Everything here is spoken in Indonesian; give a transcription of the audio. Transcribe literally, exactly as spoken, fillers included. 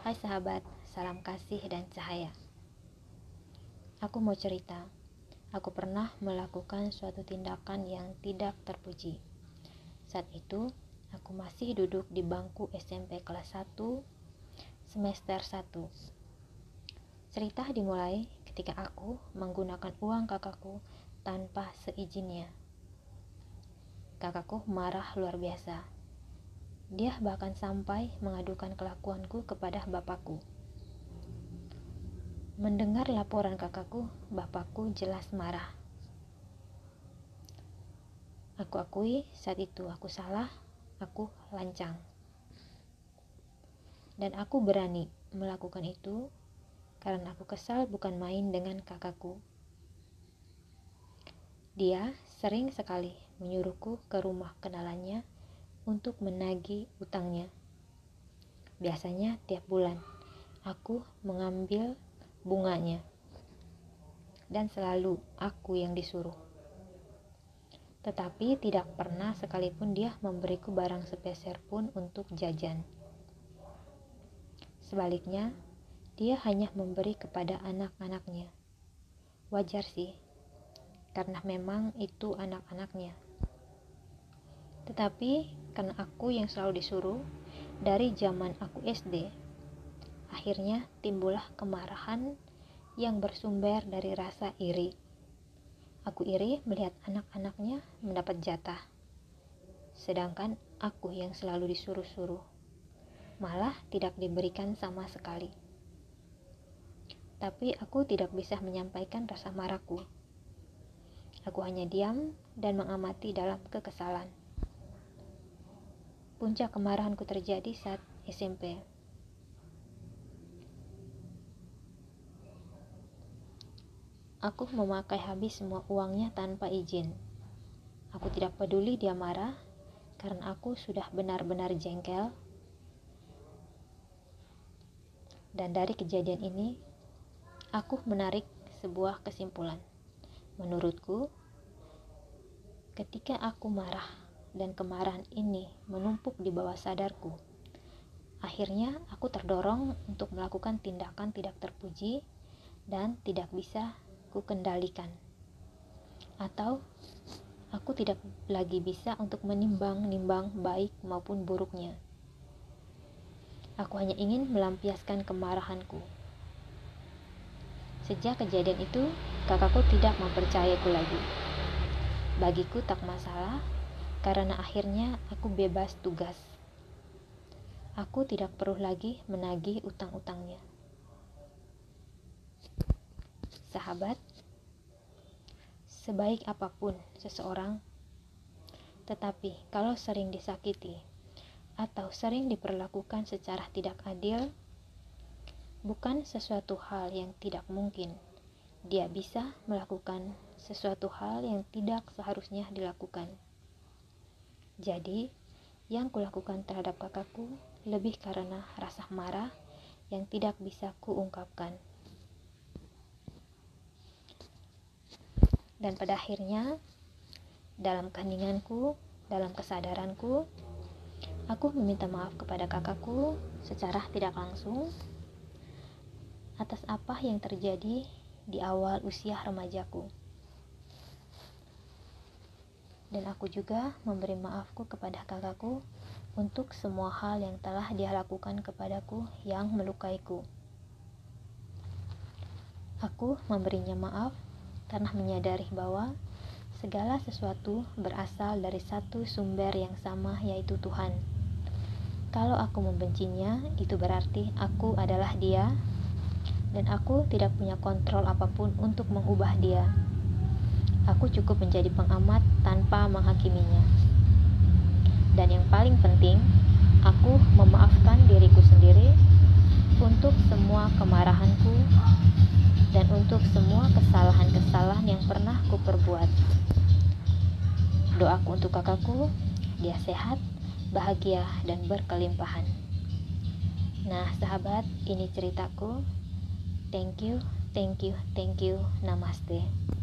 Hai sahabat, salam kasih dan cahaya. Aku mau cerita. Aku pernah melakukan suatu tindakan yang tidak terpuji. Saat itu, aku masih duduk di bangku S M P kelas satu, semester satu. Cerita dimulai ketika aku menggunakan uang kakakku tanpa seizinnya. Kakakku marah luar biasa. Dia bahkan sampai mengadukan kelakuanku kepada bapakku. Mendengar laporan kakakku, bapakku jelas marah. Aku akui saat itu aku salah, aku lancang. Dan aku berani melakukan itu karena aku kesal bukan main dengan kakakku. Dia sering sekali menyuruhku ke rumah kenalannya untuk menagih utangnya. Biasanya tiap bulan aku mengambil bunganya, dan selalu aku yang disuruh. Tetapi tidak pernah sekalipun dia memberiku barang sepeser pun untuk jajan. Sebaliknya, dia hanya memberi kepada anak-anaknya. Wajar sih, karena memang itu anak-anaknya. Tetapi karena aku yang selalu disuruh dari zaman aku S D, akhirnya timbullah kemarahan yang bersumber dari rasa iri. Aku iri melihat anak-anaknya mendapat jatah, sedangkan aku yang selalu disuruh-suruh malah tidak diberikan sama sekali. Tapi aku tidak bisa menyampaikan rasa marahku. Aku hanya diam dan mengamati dalam kekesalan. Puncak kemarahanku terjadi saat S M P. Aku memakai habis semua uangnya tanpa izin. Aku tidak peduli dia marah, karena aku sudah benar-benar jengkel. Dan dari kejadian ini, aku menarik sebuah kesimpulan. Menurutku, ketika aku marah dan kemarahan ini menumpuk di bawah sadarku, akhirnya aku terdorong untuk melakukan tindakan tidak terpuji dan tidak bisa ku kendalikan. Atau aku tidak lagi bisa untuk menimbang-nimbang baik maupun buruknya. Aku hanya ingin melampiaskan kemarahanku. Sejak kejadian itu, kakakku tidak mempercayaiku lagi. Bagiku tak masalah, karena akhirnya aku bebas tugas. Aku tidak perlu lagi menagih utang-utangnya. Sahabat, sebaik apapun seseorang, tetapi kalau sering disakiti atau sering diperlakukan secara tidak adil, bukan sesuatu hal yang tidak mungkin dia bisa melakukan sesuatu hal yang tidak seharusnya dilakukan. Jadi, yang kulakukan terhadap kakakku lebih karena rasa marah yang tidak bisa kuungkapkan. Dan pada akhirnya, dalam keheninganku, dalam kesadaranku, aku meminta maaf kepada kakakku secara tidak langsung atas apa yang terjadi di awal usia remajaku. Dan aku juga memberi maafku kepada kakakku untuk semua hal yang telah dia lakukan kepadaku yang melukaiku. Aku memberinya maaf karena menyadari bahwa segala sesuatu berasal dari satu sumber yang sama, yaitu Tuhan. Kalau aku membencinya, itu berarti aku adalah dia, dan aku tidak punya kontrol apapun untuk mengubah dia. Aku cukup menjadi pengamat tanpa menghakiminya. Dan yang paling penting, aku memaafkan diriku sendiri untuk semua kemarahanku dan untuk semua kesalahan-kesalahan yang pernah kuperbuat. Doaku untuk kakakku, dia sehat, bahagia, dan berkelimpahan. Nah sahabat, ini ceritaku. Thank you, thank you, thank you. Namaste.